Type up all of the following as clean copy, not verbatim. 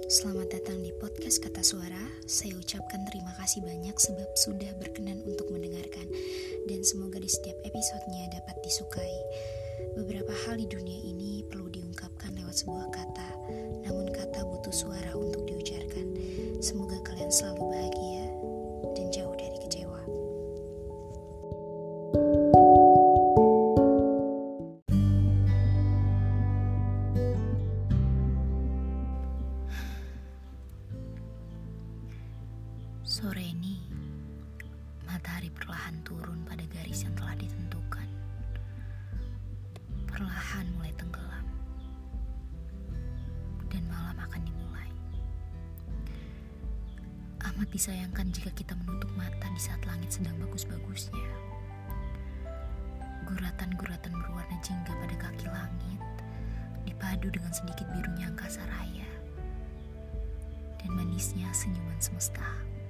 Selamat datang di podcast Kata Suara. Saya ucapkan terima kasih banyak sebab sudah berkenan untuk mendengarkan. Dan semoga di setiap episodenya dapat disukai. Beberapa hal di dunia ini perlu diungkapkan lewat sebuah kata. Namun kata butuh suara untuk diucapkan. Semoga kalian selalu bahagia dan jauh dari kecewa. Sore ini, matahari perlahan turun pada garis yang telah ditentukan. Perlahan mulai tenggelam, dan malam akan dimulai. Amat disayangkan jika kita menutup mata di saat langit sedang bagus-bagusnya. Guratan-guratan berwarna jingga pada kaki langit, dipadu dengan sedikit birunya angkasa raya, dan manisnya senyuman semesta.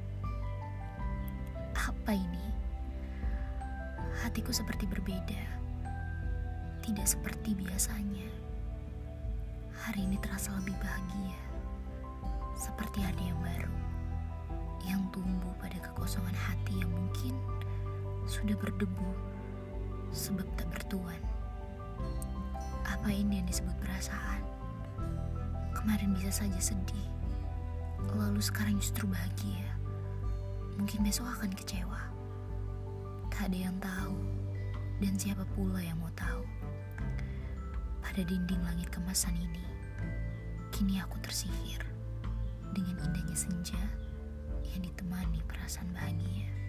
Apa ini? Hatiku seperti berbeda. Tidak seperti biasanya. Hari ini terasa lebih bahagia. Seperti ada yang baru. Yang tumbuh pada kekosongan hati yang mungkin sudah berdebu sebab tak bertuan. Apa ini yang disebut perasaan? Kemarin bisa saja sedih. Lalu sekarang justru bahagia. Mungkin besok akan kecewa. Tak ada yang tahu, dan siapa pula yang mau tahu. Pada dinding langit kemasan ini, kini aku tersihir dengan indahnya senja yang ditemani perasaan bahagia.